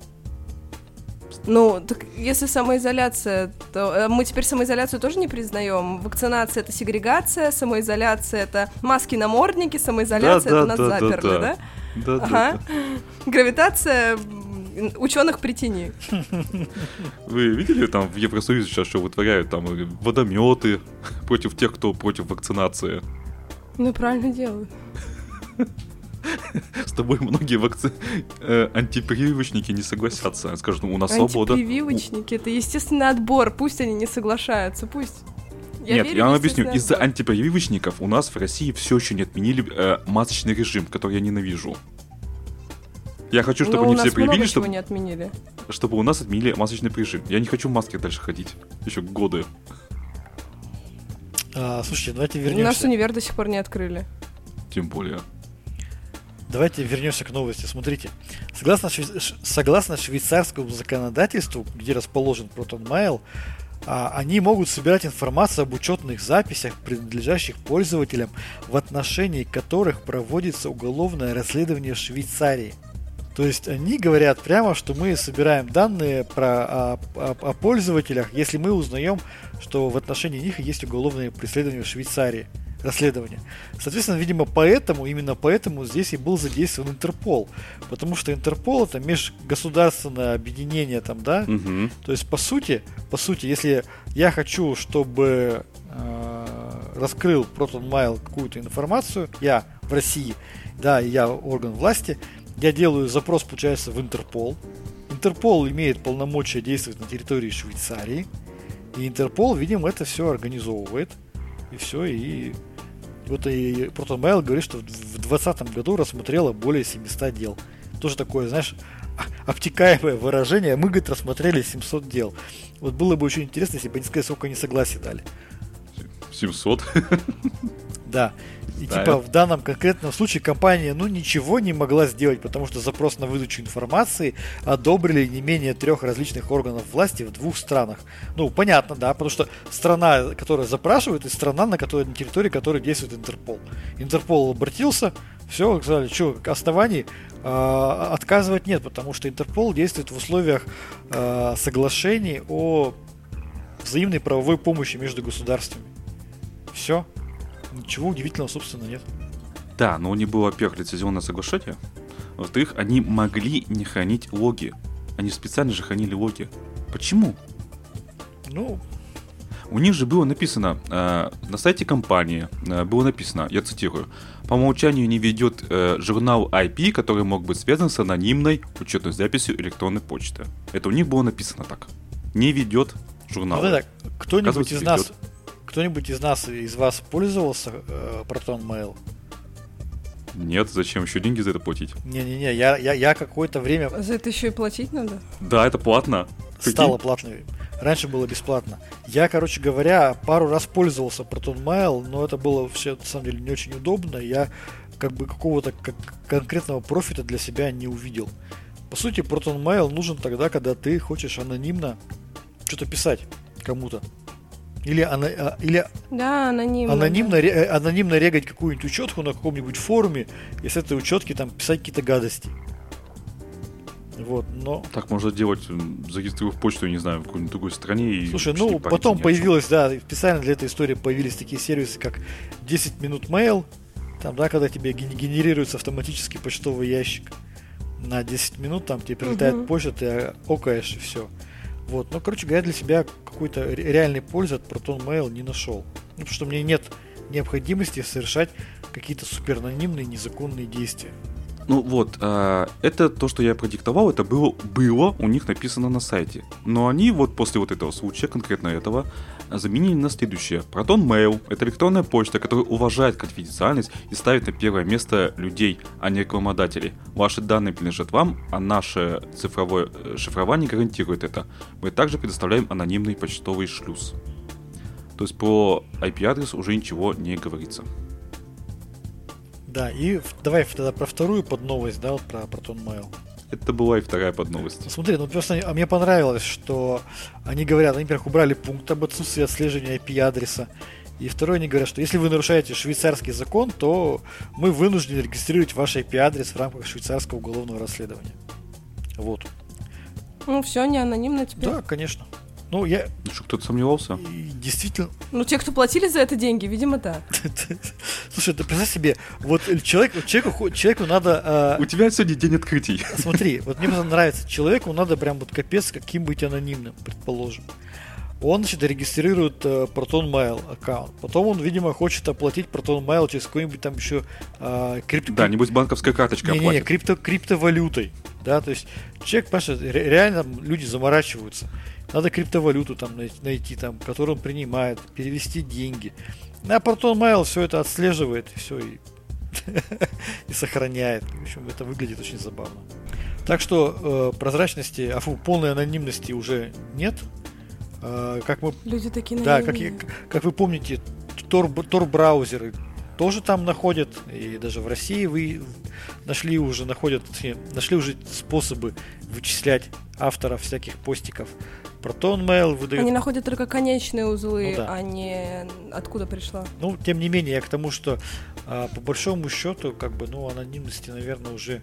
Так если самоизоляция, то мы теперь самоизоляцию тоже не признаем. Вакцинация — это сегрегация, самоизоляция — это маски-намордники, самоизоляция — это нас заперли, да? Да. Ага. Гравитация ученых притяни. Вы видели, там в Евросоюзе сейчас что вытворяют? Там водометы против тех, кто против вакцинации. Правильно делают. С тобой многие антипрививочники не согласятся. Скажут, у нас свобода. Антипрививочники — это естественный отбор. Пусть они не соглашаются, пусть. Нет, я вам объясню. Из-за антипрививочников у нас в России все еще не отменили масочный режим, который я ненавижу. Я хочу, чтобы они все привили, чтобы у нас отменили масочный режим. Я не хочу в маске дальше ходить. Еще годы. Слушайте, давайте вернемся. У нас универ до сих пор не открыли. Тем более. Давайте вернемся к новости. Смотрите, согласно швейцарскому законодательству, где расположен Proton Mail, они могут собирать информацию об учетных записях, принадлежащих пользователям, в отношении которых проводится уголовное расследование в Швейцарии. То есть они говорят прямо, что мы собираем данные о пользователях, если мы узнаем, что в отношении них есть уголовное преследование в Швейцарии. Расследование. Соответственно, видимо, именно поэтому здесь и был задействован Интерпол. Потому что Интерпол это межгосударственное объединение там, да? Угу. То есть, по сути, если я хочу, чтобы раскрыл ProtonMail какую-то информацию, я в России, да, я орган власти, я делаю запрос, получается, в Интерпол. Интерпол имеет полномочия действовать на территории Швейцарии. И Интерпол, видимо, это все организовывает. И все, и вот и ProtonMail говорит, что в 2020 году рассмотрела более 700 дел. Тоже такое, знаешь, обтекаемое выражение. Мы, говорит, рассмотрели 700 дел. Вот было бы очень интересно, если бы они сказали, сколько они согласий дали. 700? Да. И да, типа в данном конкретном случае компания ничего не могла сделать, потому что запрос на выдачу информации одобрили не менее 3 различных органов власти в 2 странах. Ну, понятно, да, потому что страна, которая запрашивает, и страна, на территории которой действует Интерпол. Интерпол обратился, все, сказали, что оснований отказывать нет, потому что Интерпол действует в условиях соглашений о взаимной правовой помощи между государствами. Все. Ничего удивительного, собственно, нет. Да, но у них было, во-первых, лицензионное соглашение. Во-вторых, они могли не хранить логи. Они специально же хранили логи. Почему? Ну... У них же было написано, на сайте компании было написано, я цитирую, по умолчанию не ведет журнал IP, который мог быть связан с анонимной учетной записью электронной почты. Это у них было написано так. Не ведет журнал. Ну, так, кто-нибудь из нас, из вас пользовался ProtonMail? Нет, зачем еще деньги за это платить? Не-не-не, я какое-то время... За это еще и платить надо? Да, это платно. Стало платно. Раньше было бесплатно. Я, короче говоря, пару раз пользовался ProtonMail, но это было все, на самом деле, не очень удобно. Я как бы какого-то конкретного профита для себя не увидел. По сути, ProtonMail нужен тогда, когда ты хочешь анонимно что-то писать кому-то. Или да, анонимно регать какую-нибудь учетку на каком-нибудь форуме, и с этой учетки там писать какие-то гадости. Вот, но... Так можно делать, зарегистрировав почту, не знаю, в какой-нибудь другой стране. Слушай, потом появилось, да, специально для этой истории появились такие сервисы, как 10 минут mail, там, да, когда тебе генерируется автоматически почтовый ящик на 10 минут, там тебе прилетает почта, ты окаешь и все. Вот, но, короче говоря, для себя какой-то реальной пользы от ProtonMail не нашел. Ну, потому что мне нет необходимости совершать какие-то суперанонимные незаконные действия. Ну вот, это то, что я продиктовал, это было у них написано на сайте. Но они вот после вот этого случая, конкретно этого, заменили на следующее. ProtonMail — это электронная почта, которая уважает конфиденциальность и ставит на первое место людей, а не рекламодателей. Ваши данные принадлежат вам, а наше цифровое шифрование гарантирует это. Мы также предоставляем анонимный почтовый шлюз. То есть про IP-адрес уже ничего не говорится. Да, и давай тогда про вторую подновость, да, вот про ProtonMail. Это была и вторая подновость. Смотри, просто мне понравилось, что они говорят, они, во-первых, убрали пункт об отсутствии отслеживания IP-адреса. И второе, они говорят, что если вы нарушаете швейцарский закон, то мы вынуждены регистрировать ваш IP-адрес в рамках швейцарского уголовного расследования. Вот. Ну, все, не анонимно теперь. Да, конечно. Ну, я... Ну что, кто-то сомневался? Действительно... Ну, те, кто платили за это деньги, видимо, да. Слушай, ты представь себе, вот человеку надо... У тебя сегодня день открытий. Смотри, вот мне нравится, человеку надо прям вот капец каким быть анонимным, предположим. Он, значит, регистрирует ProtonMail аккаунт. Потом он, видимо, хочет оплатить ProtonMail через какой-нибудь там еще Да, небось банковская карточка оплатит. Криптовалютой. Да, то есть человек, понимаешь, реально люди заморачиваются. Надо криптовалюту там найти, там, которую он принимает, перевести деньги. А ProtonMail все это отслеживает, и все, и сохраняет. В общем, это выглядит очень забавно. Так что прозрачности, полной анонимности уже нет. Как мы, люди такие наивные. Да, как вы помните, Tor-браузеры тоже там находят, и даже в России вы нашли уже способы вычислять авторов всяких постиков. ProtonMail выдает... Они находят только конечные узлы, ну, да. А не откуда пришла. Ну, тем не менее, я к тому, что по большому счету, как бы, анонимности, наверное, уже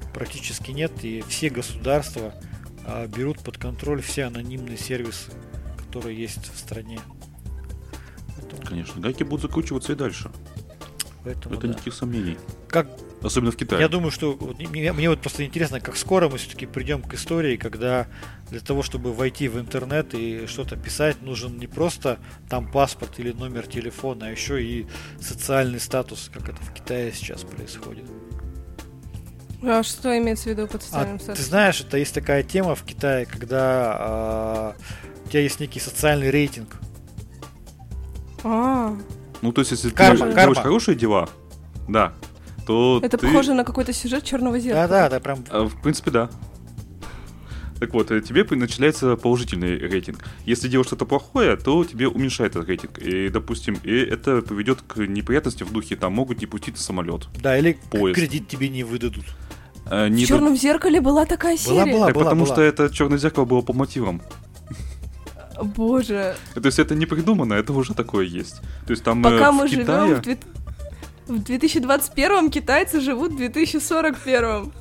практически нет, и все государства берут под контроль все анонимные сервисы, которые есть в стране. Поэтому... Конечно, гайки будут закручиваться и дальше. Поэтому, это никаких сомнений. Особенно в Китае. Я думаю, что мне вот просто интересно, как скоро мы все-таки придем к истории, когда для того, чтобы войти в интернет и что-то писать, нужен не просто там паспорт или номер телефона, а еще и социальный статус, как это в Китае сейчас происходит. А что имеется в виду под социальным статусом? Ты знаешь, это есть такая тема в Китае, когда у тебя есть некий социальный рейтинг. Ну, то есть, если карма, ты делаешь хорошие дела, да, то это похоже на какой-то сюжет «Черного зеркала». Да, прям... В принципе, да. Так вот, тебе начисляется положительный рейтинг. Если делаешь что-то плохое, то тебе уменьшает этот рейтинг. И, допустим, это приведет к неприятностям в духе, там могут не пустить на самолет. Да, или поезд. Кредит тебе не выдадут. В «Черном зеркале» была такая серия? Была, потому что это «Черное зеркало» было по мотивам. Боже. То есть это не придумано, это уже такое есть. То есть там пока мы Китае... живем в 2021-м, китайцы живут в 2041-м.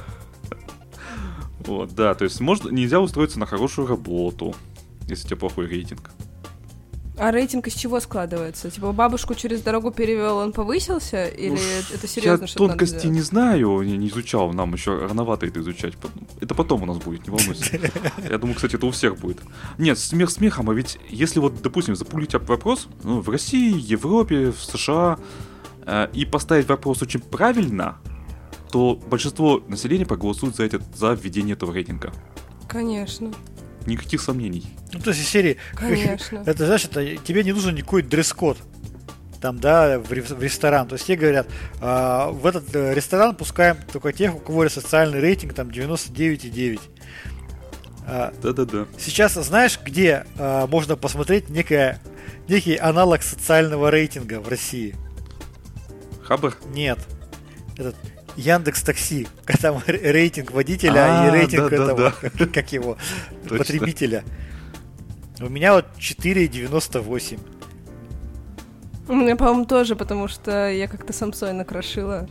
Вот, да, то есть нельзя устроиться на хорошую работу, если у тебя плохой рейтинг. А рейтинг из чего складывается? Типа бабушку через дорогу перевел, он повысился? Или это серьезно, я что тонкости не знаю, не изучал, нам еще рановато это изучать. Это потом у нас будет, не волнуйся. Я думаю, кстати, это у всех будет. Нет, смех смехом, а ведь если вот, допустим, запулить вопрос, в России, Европе, в США, и поставить вопрос очень правильно, то большинство населения проголосует за введение этого рейтинга. Конечно. Никаких сомнений. Ну, то есть из серии... Конечно. Это, знаешь, тебе не нужен никакой дресс-код. Там, да, в ресторан. То есть тебе говорят, в этот ресторан пускаем только тех, у кого социальный рейтинг там 99,9. Да-да-да. Сейчас знаешь, где можно посмотреть некий аналог социального рейтинга в России? Хабр? Нет. Этот Яндекс.Такси, там рейтинг водителя и рейтинг этого, как его, потребителя. У меня вот 4,98. У меня, по-моему, тоже, потому что я как-то самсой накрошила.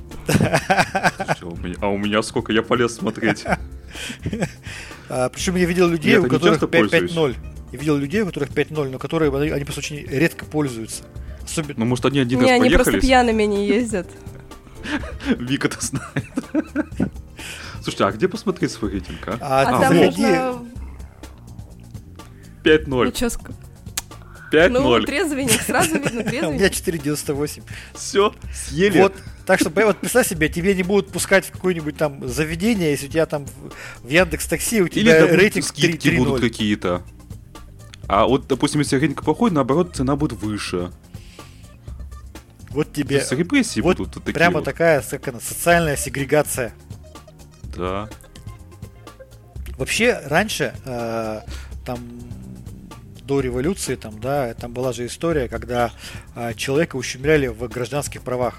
А у меня сколько? Я полез смотреть. Причем я видел людей, у которых 5.0. Я видел людей, у которых 5.0, но которые они просто очень редко пользуются. Особенно... Ну, может, они один раз поехались? Не, они просто пьяными не ездят. Вика-то знает. Слушайте, а где посмотреть свой рейтинг, а? А там можно... 5.0. Ну, чё 5-0. Ну, трезвенник, сразу видно трезвенник. У меня 4,98. Все, съели. Вот, так что, вот представь себе, тебе не будут пускать в какое-нибудь там заведение, если у тебя там в Яндекс.Такси у тебя рейтинг 3.0. Будут какие-то. А вот, допустим, если рейтинг плохой, наоборот, цена будет выше. Вот тебе... То есть репрессии вот будут такие прямо вот. такая, как она, социальная сегрегация. Да. Вообще, раньше, там, до революции, там, да, там была же история, когда человека ущемляли в гражданских правах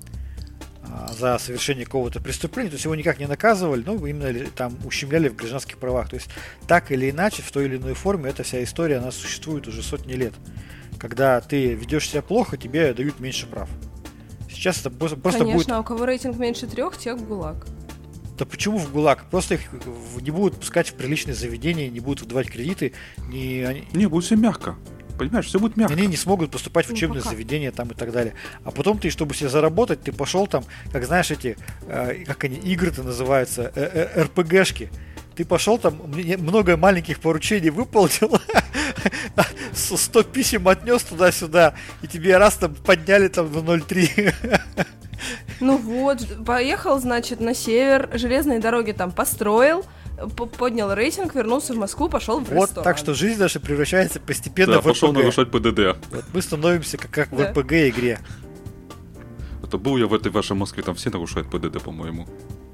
за совершение какого-то преступления, то есть его никак не наказывали, но именно там ущемляли в гражданских правах. То есть так или иначе, в той или иной форме, эта вся история, она существует уже сотни лет. Когда ты ведешь себя плохо, тебе дают меньше прав. Сейчас это просто Конечно, будет... а у кого рейтинг меньше 3, тех в ГУЛАГ. Да почему в ГУЛАГ? Просто их не будут пускать в приличные заведения, не будут выдавать кредиты. Не, будет все мягко. Понимаешь, все будет мягко. Они не смогут поступать в учебные заведения там и так далее. А потом ты, чтобы себе заработать, ты пошел там, как знаешь, эти, как они, игры-то называются, РПГшки. Ты пошел там, много маленьких поручений выполнил, 100 писем отнес туда-сюда, и тебе раз там подняли там на 0,3. Ну вот, поехал, значит, на север, железные дороги там построил, поднял рейтинг, вернулся в Москву, пошел в ресторан. Вот, так что жизнь наша превращается постепенно в РПГ. Пошел нарушать ПДД. Вот мы становимся как в РПГ игре. Это был я в этой вашей Москве, там все нарушают ПДД, по-моему.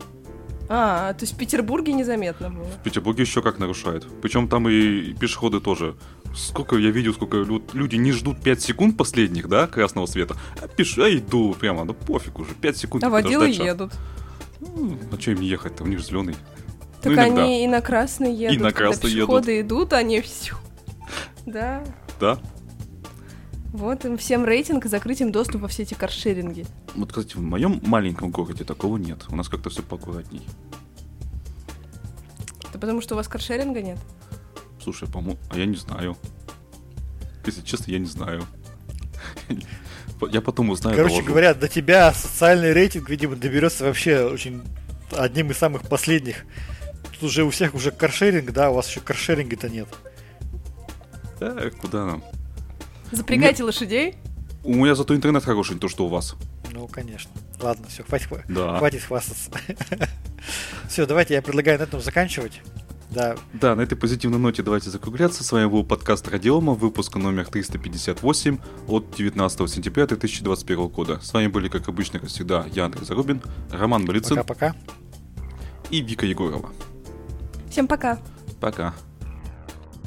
То есть в Петербурге незаметно было. В Петербурге еще как нарушают. Причем там и пешеходы тоже. Сколько я видел, сколько люди не ждут 5 секунд последних, да, красного света. Я иду прямо, ну пофиг уже, 5 секунд. А водилы едут. А что им не ехать-то, у них зеленый. Так они и на красный едут. И на красный едут. Когда пешеходы идут, они... Да. Да. Вот им всем рейтинг и закрыть им доступ во все эти каршеринги. Вот, кстати, в моем маленьком городе такого нет. У нас как-то все поаккуратней. Это потому, что у вас каршеринга нет? Слушай, по-моему, я не знаю. Если честно, я не знаю. Я потом узнаю. Короче говоря, до тебя социальный рейтинг, видимо, доберется вообще очень одним из самых последних. Тут уже у всех уже каршеринг, да, у вас еще каршеринга-то нет. Да, куда нам? Запрягайте лошадей. У меня зато интернет хороший, не то, что у вас. Ну, конечно. Ладно, все, Да. хватит хвастаться. Все, давайте я предлагаю на этом заканчивать. Да. Да, на этой позитивной ноте давайте закругляться. С вами был подкаст Радиома, выпуск номер 358 от 19 сентября 2021 года. С вами были, как обычно, как всегда, я, Андрей Зарубин, Роман Малицын. Пока-пока. И Вика Егорова. Всем пока. Пока.